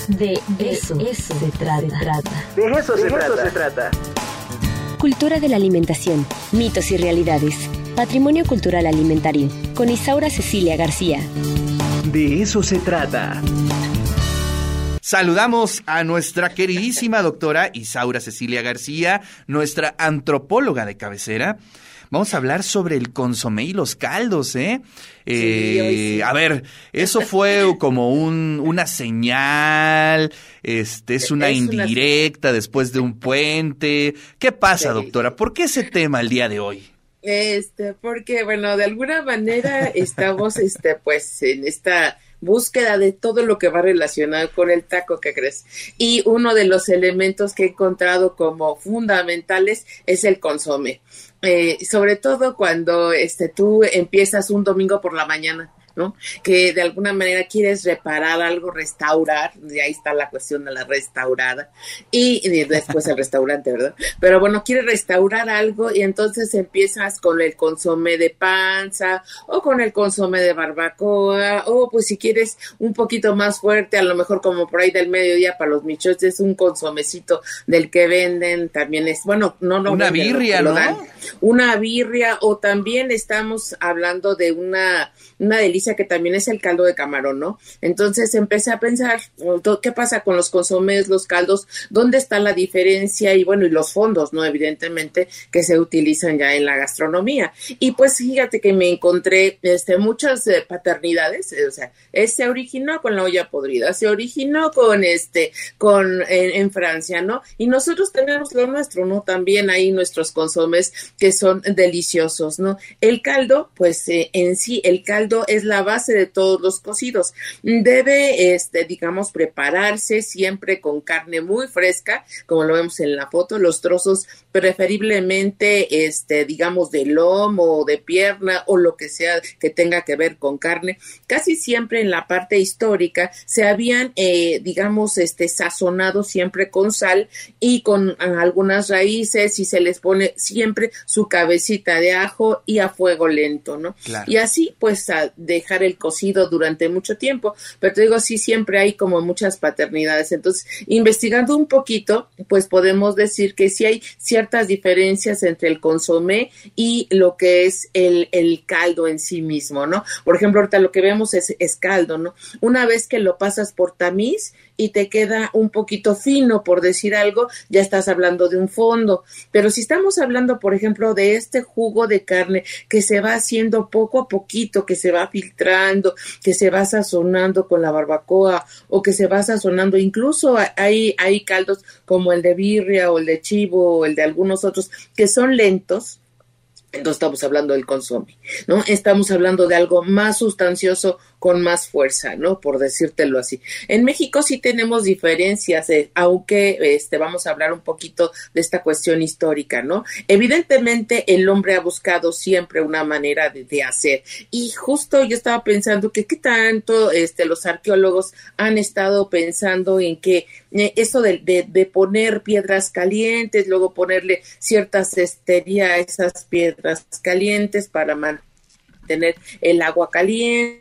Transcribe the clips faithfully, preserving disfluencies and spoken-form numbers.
De eso, eso se trata. De eso, se, de trata. eso se trata. Cultura de la alimentación, mitos y realidades. Patrimonio cultural alimentario. Con Isaura Cecilia García. De eso se trata. Saludamos a nuestra queridísima doctora Isaura Cecilia García, nuestra antropóloga de cabecera. Vamos a hablar sobre el consomé y los caldos, ¿eh? eh sí, sí. A ver, eso fue como un, una señal, este, es una es indirecta una... después de un puente. ¿Qué pasa, sí, doctora? ¿Por qué ese tema el día de hoy? Este, porque, bueno, de alguna manera estamos, este, pues, en esta búsqueda de todo lo que va relacionado con el taco, ¿qué crees? Y uno de los elementos que he encontrado como fundamentales es el consomé. Eh, sobre todo cuando este, tú empiezas un domingo por la mañana, ¿no? Que de alguna manera quieres reparar algo, restaurar, y ahí está la cuestión de la restaurada, y, y después el restaurante, ¿verdad? Pero bueno, quieres restaurar algo y entonces empiezas con el consomé de panza, o con el consomé de barbacoa, o pues si quieres un poquito más fuerte, a lo mejor como por ahí del mediodía para los michotes, un consomecito del que venden, también es, bueno, no, no. Una venden, birria, lo, ¿no? Lo dan, una birria, o también estamos hablando de una, una delicia que también es el caldo de camarón, ¿no? Entonces empecé a pensar, ¿qué pasa con los consomés, los caldos? ¿Dónde está la diferencia? Y bueno, y los fondos, ¿no? Evidentemente, que se utilizan ya en la gastronomía. Y pues fíjate que me encontré este, muchas eh, paternidades, eh, o sea, eh, se originó con la olla podrida, se originó con este, con en, en Francia, ¿no? Y nosotros tenemos lo nuestro, ¿no? También hay nuestros consomés que son deliciosos, ¿no? El caldo, pues eh, en sí, el caldo es la base de todos los cocidos. Debe, este, digamos, prepararse siempre con carne muy fresca, como lo vemos en la foto, los trozos preferiblemente, este, digamos, de lomo o de pierna o lo que sea que tenga que ver con carne. Casi siempre en la parte histórica se habían, eh, digamos, este, sazonado siempre con sal y con algunas raíces, y se les pone siempre su cabecita de ajo y a fuego lento, ¿no? Claro. Y así, pues, a dejar el cocido durante mucho tiempo, pero te digo, sí, siempre hay como muchas paternidades. Entonces, investigando un poquito, pues podemos decir que sí hay ciertas diferencias entre el consomé y lo que es el, el caldo en sí mismo, ¿no? Por ejemplo, ahorita lo que vemos es, es caldo, ¿no? Una vez que lo pasas por tamiz y te queda un poquito fino, por decir algo, ya estás hablando de un fondo. Pero si estamos hablando, por ejemplo, de este jugo de carne que se va haciendo poco a poquito, que se va filtrando, que se va sazonando con la barbacoa, o que se va sazonando, incluso hay, hay caldos como el de birria o el de chivo o el de algunos otros que son lentos. Entonces estamos hablando del consomé, ¿no? Estamos hablando de algo más sustancioso con más fuerza, ¿no? Por decírtelo así. En México sí tenemos diferencias, eh, aunque este, vamos a hablar un poquito de esta cuestión histórica, ¿no? Evidentemente el hombre ha buscado siempre una manera de, de hacer, y justo yo estaba pensando que qué tanto este, los arqueólogos han estado pensando en que eh, eso de, de, de poner piedras calientes, luego ponerle cierta cestería a esas piedras calientes para mantener el agua caliente,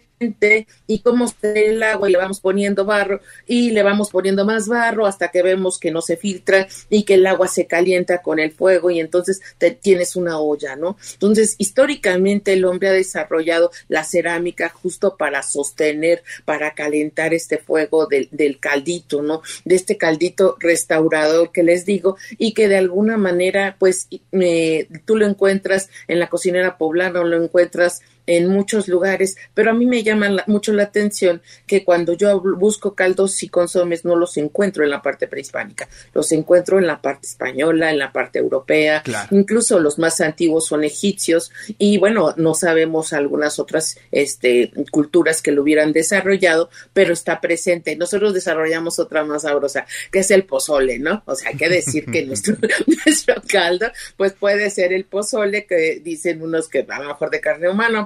y cómo se el agua, y le vamos poniendo barro y le vamos poniendo más barro hasta que vemos que no se filtra y que el agua se calienta con el fuego, y entonces te tienes una olla, ¿no? Entonces, históricamente el hombre ha desarrollado la cerámica justo para sostener, para calentar este fuego del, del caldito, ¿no? De este caldito restaurador que les digo, y que de alguna manera, pues, eh, tú lo encuentras en la cocinera poblana, o lo encuentras en muchos lugares, pero a mí me llama la, mucho la atención que cuando yo busco caldos y consomés no los encuentro en la parte prehispánica, los encuentro en la parte española, en la parte europea, claro. Incluso los más antiguos son egipcios, y bueno, no sabemos algunas otras este, culturas que lo hubieran desarrollado, pero está presente. Nosotros desarrollamos otra más sabrosa, que es el pozole, ¿no? O sea, hay que decir que nuestro, nuestro caldo, pues puede ser el pozole, que dicen unos que a lo mejor de carne humana, pero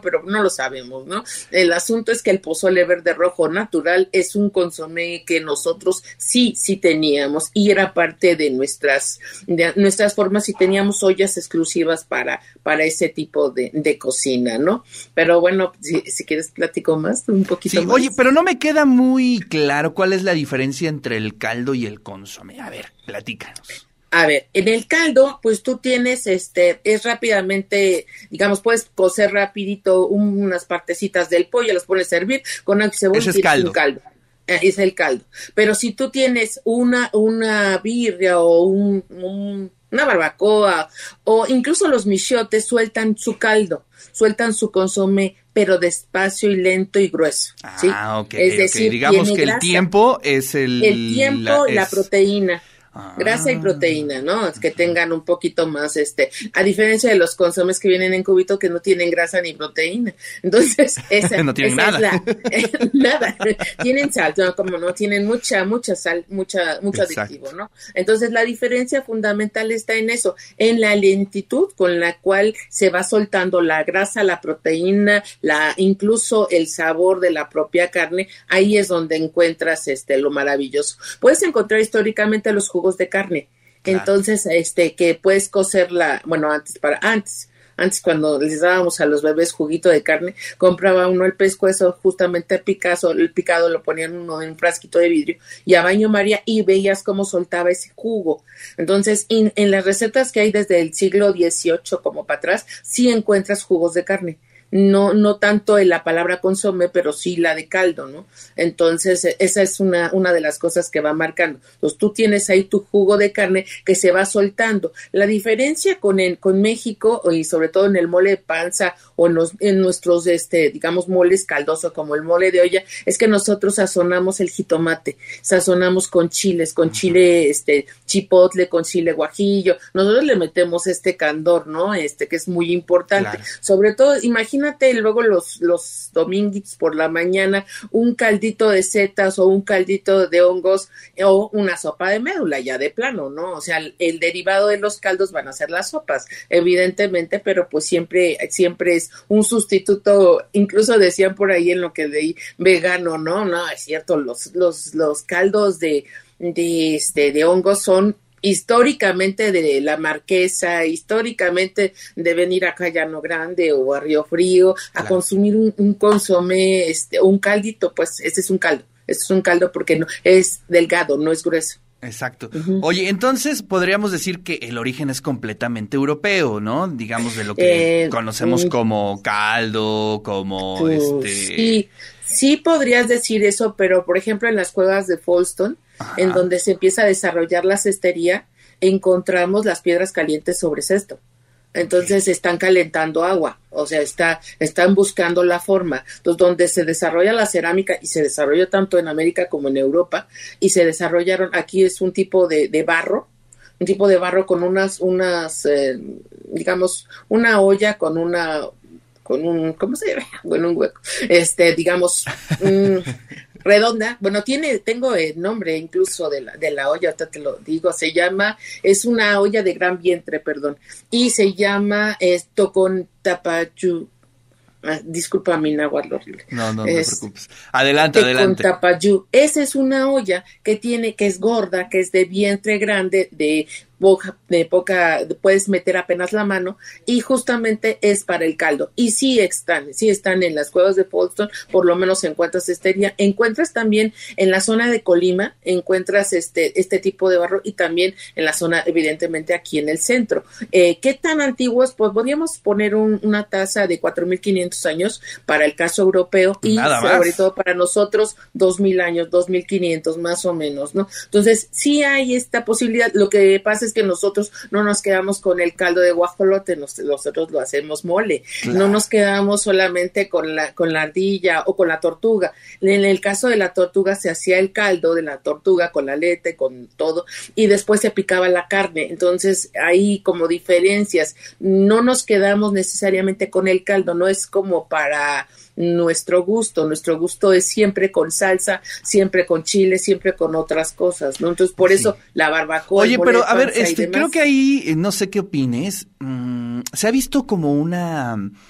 pero no lo sabemos, ¿no? El asunto es que el pozole verde rojo natural es un consomé que nosotros sí, sí teníamos y era parte de nuestras, de nuestras formas y teníamos ollas exclusivas para, para ese tipo de, de cocina, ¿no? Pero bueno, si, si quieres platico más, un poquito sí, más. Oye, pero no me queda muy claro cuál es la diferencia entre el caldo y el consomé. A ver, platícanos. A ver, en el caldo, pues tú tienes, este, es rápidamente, digamos, puedes cocer rapidito un, unas partecitas del pollo, las pones a hervir con agua y cebolla. Ese es y caldo. un caldo. Eh, es el caldo. Pero si tú tienes una, una birria o un, un, una barbacoa o incluso los michiotes sueltan su caldo, sueltan su consomé, pero despacio y lento y grueso. ¿sí? Ah, ok, es decir, okay. Digamos que grasa. el tiempo es el... El tiempo, la, la, es... proteína. Ah. Grasa y proteína, ¿no? Es que tengan un poquito más, este, a diferencia de los consomés que vienen en cubito que no tienen grasa ni proteína. Entonces, esa, no tienen esa nada. es la, eh, nada. Tienen sal, no, como no, tienen mucha, mucha sal, mucha, mucho Exacto. aditivo, ¿no? Entonces, la diferencia fundamental está en eso, en la lentitud con la cual se va soltando la grasa, la proteína, la, incluso el sabor de la propia carne. Ahí es donde encuentras, este, lo maravilloso. Puedes encontrar históricamente los jugos de carne. Claro. Entonces, este, que puedes cocerla, bueno, antes, para, antes, antes cuando les dábamos a los bebés juguito de carne, compraba uno el pescuezo justamente picado, el picado lo ponían uno en un frasquito de vidrio y a baño María y veías cómo soltaba ese jugo. Entonces, in, en las recetas que hay desde el siglo dieciocho como para atrás, sí encuentras jugos de carne. No, no tanto en la palabra consomé, pero sí la de caldo, ¿no? Entonces, esa es una, una de las cosas que va marcando. Entonces, tú tienes ahí tu jugo de carne que se va soltando. La diferencia con el, con México, y sobre todo en el mole de panza, o en, los, en nuestros, este, digamos, moles caldosos, como el mole de olla, es que nosotros sazonamos el jitomate, sazonamos con chiles, con chile, este, chipotle, con chile guajillo. Nosotros le metemos este candor, ¿no? Este, que es muy importante. Claro. Sobre todo, imagínate, Imagínate luego los, los dominguitos por la mañana, un caldito de setas o un caldito de hongos o una sopa de médula ya de plano, ¿no? O sea, el, el derivado de los caldos van a ser las sopas, evidentemente, pero pues siempre, siempre es un sustituto, incluso decían por ahí en lo que leí, vegano, ¿no? No, es cierto, los, los, los caldos de, de, este, de hongos son históricamente de la Marquesa, históricamente de venir acá a Llano Grande o a Río Frío a claro. consumir un, un consomé, este, un caldito, pues este es un caldo, este es un caldo porque no es delgado, no es grueso. Exacto. Uh-huh. Oye, entonces podríamos decir que el origen es completamente europeo, ¿no? Digamos de lo que eh, conocemos um, como caldo, como uh, este... Sí, sí podrías decir eso, pero por ejemplo en las cuevas de Folston, ajá, en donde se empieza a desarrollar la cestería, encontramos las piedras calientes sobre cesto. Entonces están calentando agua, o sea, está, están buscando la forma. Entonces, donde se desarrolla la cerámica, y se desarrolló tanto en América como en Europa, y se desarrollaron, aquí es un tipo de, de barro, un tipo de barro con unas, unas, eh, digamos, una olla con una, con un, ¿cómo se llama? Bueno, un hueco, este, digamos, um, redonda, bueno, tiene, tengo el nombre incluso de la, de la olla, ahorita te lo digo, se llama, es una olla de gran vientre, perdón, y se llama esto con tapayú, ah, disculpa mi náhuatl horrible. No, no, no te preocupes. Adelante, adelante. Con tapayú, esa es una olla que tiene, que es gorda, que es de vientre grande, de Poca, de poca, puedes meter apenas la mano y justamente es para el caldo. Y sí están, sí están en las cuevas de Folston, por lo menos encuentras estería. Encuentras también en la zona de Colima, encuentras este, este tipo de barro y también en la zona, evidentemente, aquí en el centro. Eh, ¿Qué tan antiguos? Pues podríamos poner un, una tasa de cuatro mil quinientos años para el caso europeo y Nada sobre más. todo para nosotros dos mil años, dos mil quinientos más o menos, ¿no? Entonces, sí hay esta posibilidad. Lo que pasa es que nosotros no nos quedamos con el caldo de guajolote, nos, nosotros lo hacemos mole, claro. No nos quedamos solamente con la, con la ardilla o con la tortuga. En el caso de la tortuga se hacía el caldo de la tortuga con la aleta, con todo, y después se picaba la carne. Entonces hay como diferencias, no nos quedamos necesariamente con el caldo, no es como para nuestro gusto, nuestro gusto es siempre con salsa, siempre con chile, siempre con otras cosas, ¿no? Entonces por eso sí. La barbacoa. Oye, pero a ver, este, creo que ahí, no sé qué opines, mmm, se ha visto como una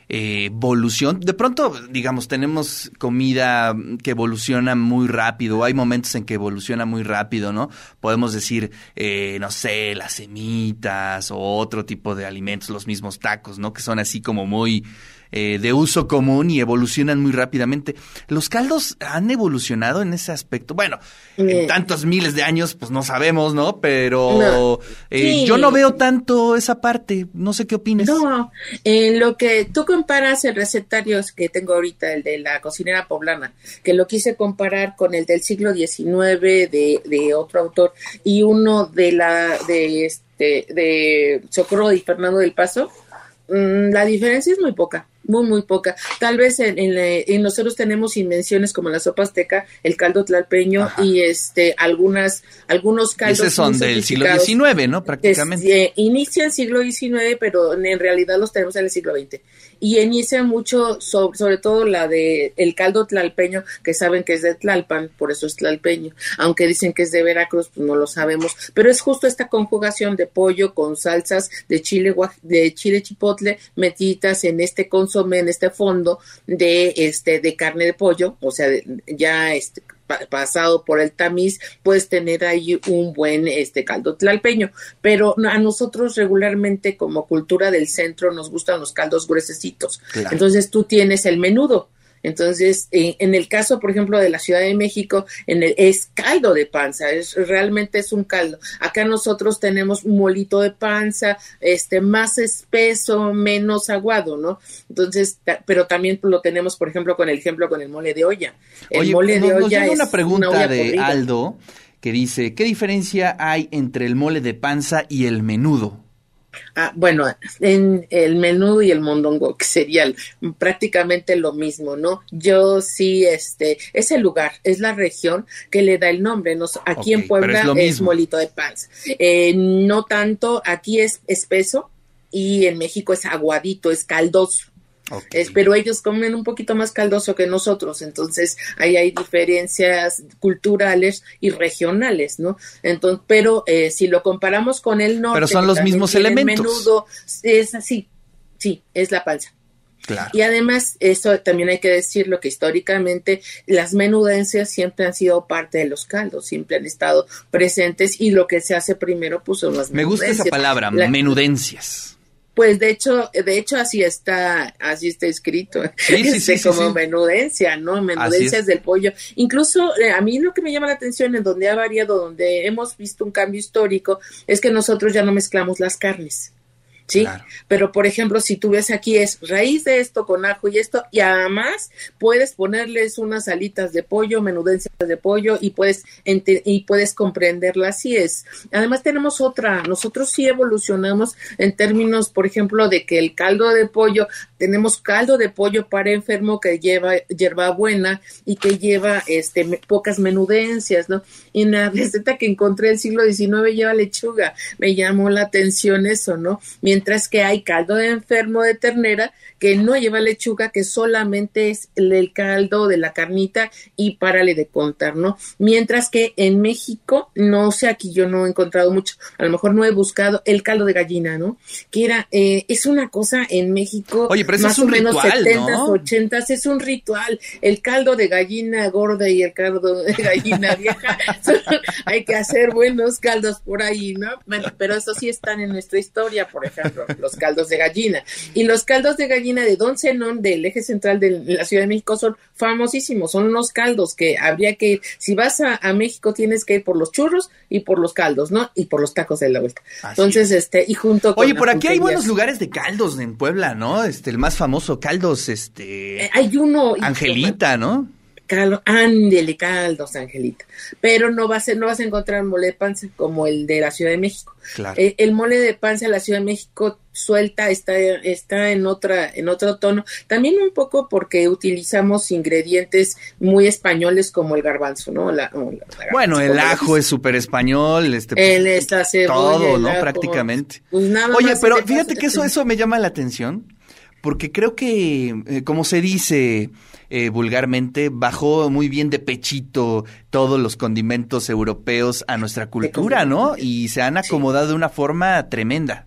eh, evolución. De pronto, digamos, tenemos comida que evoluciona muy rápido. Hay momentos en que evoluciona muy rápido, ¿no? Podemos decir, eh, no sé, las semitas o otro tipo de alimentos, los mismos tacos, ¿no? Que son así como muy eh, de uso común y evolucionan muy rápidamente. ¿Los caldos han evolucionado en ese aspecto? Bueno, Eh. en tantos miles de años, pues no sabemos, ¿no? Pero No. eh, Sí. yo no veo tanto esa parte. No sé qué opinas. No, en lo que tú comparas el recetario que tengo ahorita, el de la cocinera poblana, que lo quise comparar con el del siglo diecinueve de, de otro autor y uno de la de este de Socorro y Fernando del Paso, mmm, la diferencia es muy poca. Muy, muy poca. Tal vez en, en, en nosotros tenemos invenciones como la sopa azteca, el caldo tlalpeño. Ajá. Y este algunas algunos caldos. Esos son del siglo diecinueve, ¿no? Prácticamente. Que, eh, inician siglo diecinueve, pero en realidad los tenemos en el siglo veinte. Y inicia mucho, sobre, sobre todo la de el caldo tlalpeño, que saben que es de Tlalpan, por eso es tlalpeño. Aunque dicen que es de Veracruz, pues no lo sabemos. Pero es justo esta conjugación de pollo con salsas de chile, de chile chipotle metidas en este consomé, en este fondo de este de carne de pollo, o sea, de, ya este pa, pasado por el tamiz, puedes tener ahí un buen este caldo tlalpeño, pero a nosotros regularmente como cultura del centro nos gustan los caldos gruesecitos. Claro. Entonces tú tienes el menudo. Entonces, eh, en el caso, por ejemplo, de la Ciudad de México, en el, es caldo de panza, es realmente es un caldo. Acá nosotros tenemos un molito de panza, este, más espeso, menos aguado, ¿no? Entonces, ta, pero también lo tenemos, por ejemplo, con el ejemplo con el mole de olla. El Oye, mole no, de olla nos llega es una pregunta una olla de podrida. Aldo que dice, ¿qué diferencia hay entre el mole de panza y el menudo? Ah, bueno, en el menudo y el mondongo, que sería el, prácticamente lo mismo, ¿no? Yo sí, este, es el lugar, es la región que le da el nombre, ¿no? Aquí okay, en Puebla es, es molito de panza. Eh, no tanto, aquí es espeso y en México es aguadito, es caldoso. Okay. Es, pero ellos comen un poquito más caldoso que nosotros, entonces ahí hay diferencias culturales y regionales, ¿no? Entonces, pero eh, si lo comparamos con el norte, pero son los mismos elementos. Menudo, es así, sí, es la panza. Claro. Y además, eso también hay que decirlo, que históricamente las menudencias siempre han sido parte de los caldos, siempre han estado presentes y lo que se hace primero pues son las Me menudencias. gusta esa palabra, la, menudencias. Pues de hecho, de hecho así está, así está escrito, sí, sí, este, sí, como sí, sí. menudencia, ¿no? Menudencias del pollo. Incluso eh, a mí lo que me llama la atención en donde ha variado, donde hemos visto un cambio histórico, es que nosotros ya no mezclamos las carnes. ¿Sí? Claro. Pero, por ejemplo, si tú ves aquí es raíz de esto con ajo y esto, y además puedes ponerles unas alitas de pollo, menudencias de pollo, y puedes ente- y puedes comprenderla así es. Además tenemos otra, nosotros sí evolucionamos en términos, por ejemplo, de que el caldo de pollo, tenemos caldo de pollo para enfermo que lleva hierbabuena y que lleva este me, pocas menudencias, ¿no? Y en la receta que encontré del siglo diecinueve lleva lechuga, me llamó la atención eso, ¿no? Mientras que hay caldo de enfermo de ternera que no lleva lechuga, que solamente es el, el caldo de la carnita y párale de contar, ¿no? Mientras que en México, no sé, aquí yo no he encontrado mucho, a lo mejor no he buscado el caldo de gallina, ¿no? Que era, eh, es una cosa en México. Oye, pero eso más es un o menos ritual, setentas, ¿no? ochentas, es un ritual. El caldo de gallina gorda y el caldo de gallina vieja, son, hay que hacer buenos caldos por ahí, ¿no? Bueno, pero eso sí están en nuestra historia, por ejemplo, los caldos de gallina. Y los caldos de gallina de Don Zenón, del eje central de la Ciudad de México, son famosísimos, son unos caldos que habría que ir, si vas a, a México tienes que ir por los churros y por los caldos, ¿no? Y por los tacos de la vuelta. Así Entonces, es. este, y junto con Oye, por aquí hay buenos lugares de caldos en Puebla, ¿no? Este, el más famoso, caldos, este... Eh, hay uno... Angelita, ¿no? Caldo, ándele, caldos, Angelita. Pero no vas a, no vas a encontrar mole de panza como el de la Ciudad de México. Claro. Eh, el mole de panza de la Ciudad de México suelta, está, está en otra, en otro tono. También un poco porque utilizamos ingredientes muy españoles como el garbanzo, ¿no? La, la, la bueno, el ajo es súper español, este, pues, el, esta cebolla, todo, ¿no? ajo, Prácticamente. Pues nada Oye, más pero se fíjate pasa, que eso, eso me llama la atención, porque creo que, eh, como se dice eh, vulgarmente, bajó muy bien de pechito todos los condimentos europeos a nuestra cultura, ¿no? Y se han acomodado sí. de una forma tremenda.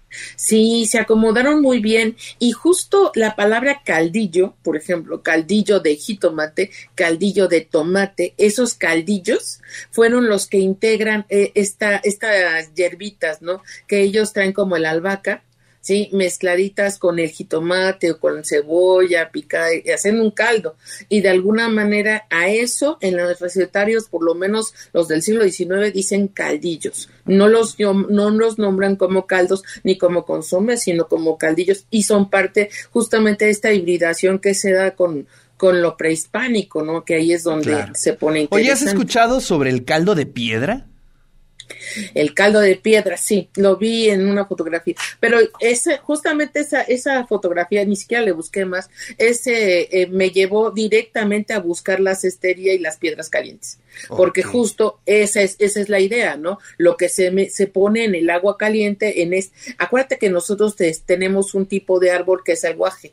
Sí, se acomodaron muy bien y justo la palabra caldillo, por ejemplo, caldillo de jitomate, caldillo de tomate, esos caldillos fueron los que integran eh, esta, estas hierbitas, ¿no? Que ellos traen como el albahaca, ¿sí? Mezcladitas con el jitomate o con cebolla picada y hacen un caldo. Y de alguna manera a eso en los recetarios, por lo menos los del siglo diecinueve, dicen caldillos. No los, no los nombran como caldos ni como consomé, sino como caldillos. Y son parte justamente de esta hibridación que se da con, con lo prehispánico, ¿no? Que ahí es donde claro. se pone interesante. Oye, ¿has escuchado sobre el caldo de piedra? El caldo de piedra, sí, lo vi en una fotografía, pero ese, justamente esa, esa fotografía, ni siquiera le busqué más, ese eh, me llevó directamente a buscar la cestería y las piedras calientes, okay. porque justo esa es, esa es la idea, ¿no? Lo que se, me, se pone en el agua caliente, en este, acuérdate que nosotros te, tenemos un tipo de árbol que es el guaje,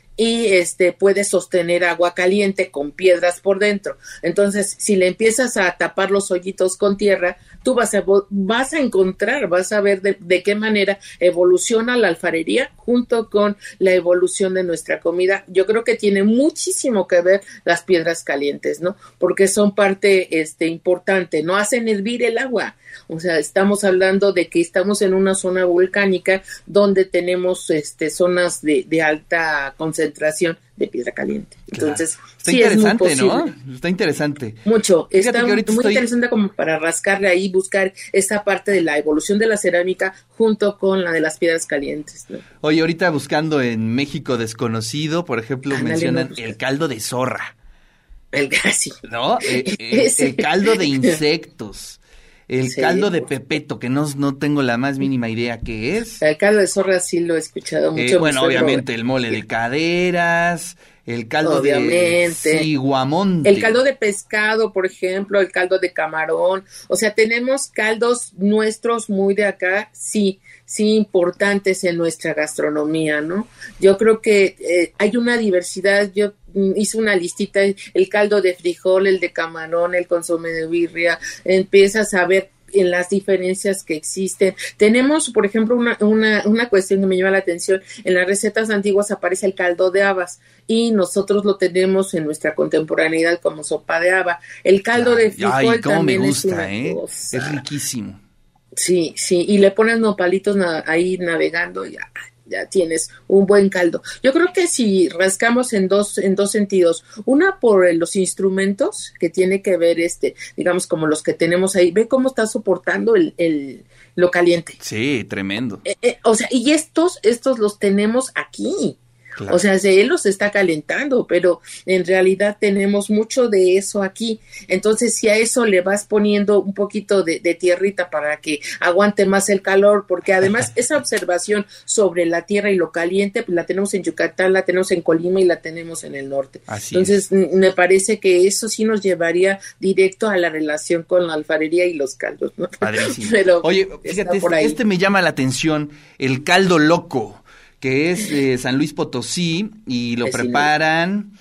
y este puede sostener agua caliente con piedras por dentro. Entonces, si le empiezas a tapar los hoyitos con tierra, tú vas a, vas a encontrar, vas a ver de, de qué manera evoluciona la alfarería junto con la evolución de nuestra comida. Yo creo que tiene muchísimo que ver las piedras calientes, ¿no? Porque son parte este importante, no hacen hervir el agua. O sea, estamos hablando de que estamos en una zona volcánica donde tenemos este zonas de, de alta concentración de piedra caliente. Entonces, claro. Está sí interesante, es muy posible. ¿no? Está interesante. Mucho. Fíjate está muy estoy... interesante como para rascarle ahí, buscar esa parte de la evolución de la cerámica junto con la de las piedras calientes, ¿no? Oye, ahorita buscando en México desconocido, por ejemplo, Ándale, mencionan no, el caldo de zorra. El casi. ¿No? El, el, el caldo de insectos. El sí. caldo de pepeto, que no, no tengo la más mínima idea qué es. El caldo de zorra sí lo he escuchado mucho. Eh, bueno, obviamente el mole de caderas, el caldo obviamente. de ciguamonte. El caldo de pescado, por ejemplo, el caldo de camarón. O sea, tenemos caldos nuestros muy de acá, sí, sí importantes en nuestra gastronomía, ¿no? Yo creo que eh, hay una diversidad, yo hice una listita, el caldo de frijol, el de camarón, el consomé de birria, empiezas a ver en las diferencias que existen. Tenemos, por ejemplo, una, una, una cuestión que me llama la atención, en las recetas antiguas aparece el caldo de habas y nosotros lo tenemos en nuestra contemporaneidad como sopa de haba. El caldo ay, de frijol ay, cómo también me gusta, es una ¿eh? cosa. Es riquísimo. Sí, sí, y le pones nopalitos na- ahí navegando y ya, ya tienes un buen caldo. Yo creo que si rascamos en dos, en dos sentidos, una por los instrumentos que tiene que ver, este, digamos como los que tenemos ahí, ve cómo está soportando el, el lo caliente. Sí, tremendo. Eh, eh, o sea, y estos, estos los tenemos aquí. Claro. O sea, él los está calentando, pero en realidad tenemos mucho de eso aquí. Entonces, si a eso le vas poniendo un poquito de, de tierrita para que aguante más el calor, porque además esa observación sobre la tierra y lo caliente, pues la tenemos en Yucatán, la tenemos en Colima y la tenemos en el norte. Así Entonces, es. me parece que eso sí nos llevaría directo a la relación con la alfarería y los caldos, ¿no? Padrísimo. Pero oye, fíjate, este, este me llama la atención, el caldo loco, que es de San Luis Potosí y lo Vecino. preparan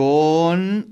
con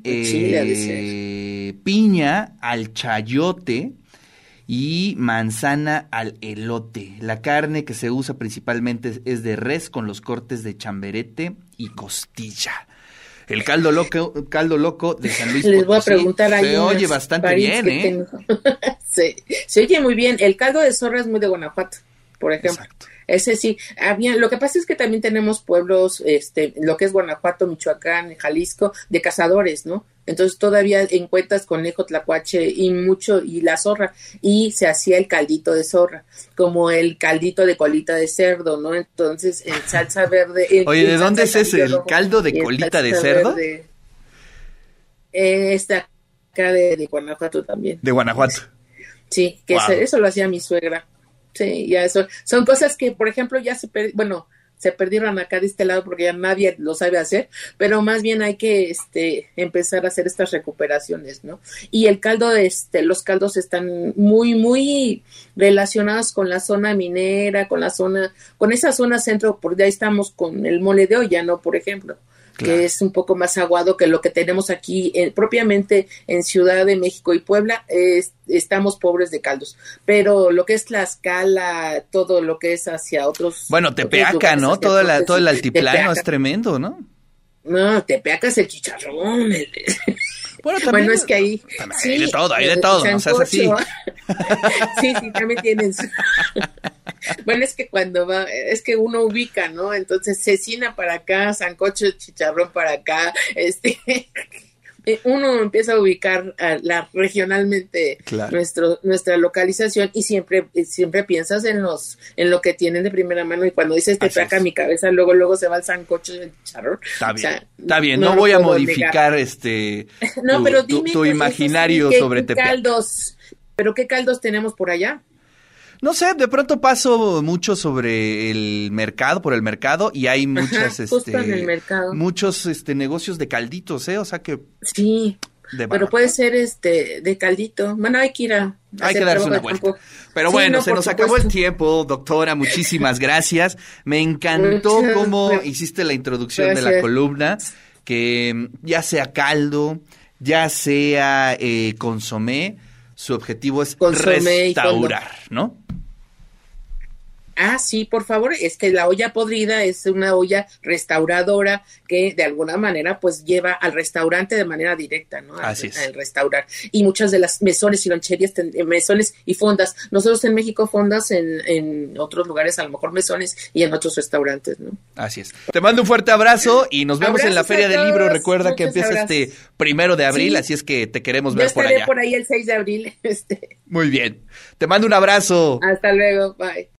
eh, piña al chayote y manzana al elote. La carne que se usa principalmente es de res con los cortes de chamberete y costilla. El caldo loco, caldo loco de San Luis Les Potosí voy a preguntar ahí se oye bastante bien, ¿eh? sí, se oye muy bien. El caldo de zorra es muy de Guanajuato, por ejemplo. Exacto. Ese sí, había, lo que pasa es que también tenemos pueblos, este, lo que es Guanajuato, Michoacán, Jalisco, de cazadores, ¿no? Entonces todavía encuentras conejo, tlacuache y mucho, y la zorra, y se hacía el caldito de zorra, como el caldito de colita de cerdo, ¿no? Entonces, en salsa verde. En, Oye, ¿de en dónde es ese? rojo, ¿El caldo de colita de cerdo? Verde. Eh, esta acá de, de Guanajuato también. De Guanajuato. Sí, que wow. eso, eso lo hacía mi suegra. Sí, ya eso. Son cosas que, por ejemplo, ya se per- bueno, se perdieron acá de este lado porque ya nadie lo sabe hacer, pero más bien hay que este empezar a hacer estas recuperaciones, ¿no? Y el caldo, este, los caldos están muy, muy relacionados con la zona minera, con la zona, con esa zona centro, porque ahí estamos con el mole de olla, ¿no? Por ejemplo. claro, que es un poco más aguado que lo que tenemos aquí en, propiamente en Ciudad de México y Puebla. Es, estamos pobres de caldos, pero lo que es Tlaxcala, todo lo que es hacia otros... Bueno, Tepeaca, ¿no? Todo, la, todo el altiplano Tepeaca es tremendo, ¿no? No, Tepeaca es el chicharrón. El... Bueno, también, bueno, es que ahí... Sí, hay de todo, hay de todo, no seas así. Sí, sí, también tienen su... Bueno, es que cuando va, es que uno ubica, ¿no? Entonces, cecina para acá, sancocho, chicharrón para acá, este... uno empieza a ubicar a la, regionalmente claro, nuestro, nuestra localización y siempre, siempre piensas en los, en lo que tienen de primera mano, y cuando dices Tepeaca, mi cabeza luego, luego se va al sancocho del chicharrón. Está bien, o sea, está bien, no, no voy a modificar negar. este no, tu, pero dime, tu, tu imaginario ¿qué, sobre qué Tepeaca. Caldos, pero qué caldos tenemos por allá. No sé, de pronto paso mucho sobre el mercado, por el mercado, y hay muchas, Ajá, justo este, en el mercado. muchos, este, negocios de calditos, ¿eh? O sea que... Sí, pero puede ser, este, de caldito. Bueno, hay que ir a... Hay que darse una vuelta. Campo. Pero sí, bueno, no, se nos supuesto. acabó el tiempo, doctora, muchísimas gracias. Me encantó Muchas cómo gracias. hiciste la introducción gracias. de la columna, que ya sea caldo, ya sea eh, consomé, su objetivo es consomé restaurar, ¿no? Ah, sí, por favor, es que la olla podrida es una olla restauradora que de alguna manera pues lleva al restaurante de manera directa, ¿no? Al, Así es. Al restaurar. Y muchas de las mesones y loncherías, ten, mesones y fondas, nosotros en México fondas, en, en otros lugares a lo mejor mesones y en otros restaurantes, ¿no? Así es. Te mando un fuerte abrazo y nos vemos Abrazos en la Feria del Libro. Recuerda Muchos que empieza abrazos. este primero de abril, sí. así es que te queremos Yo ver por allá. Yo estaré por ahí el seis de abril. Este. Muy bien. Te mando un abrazo. Hasta luego, bye.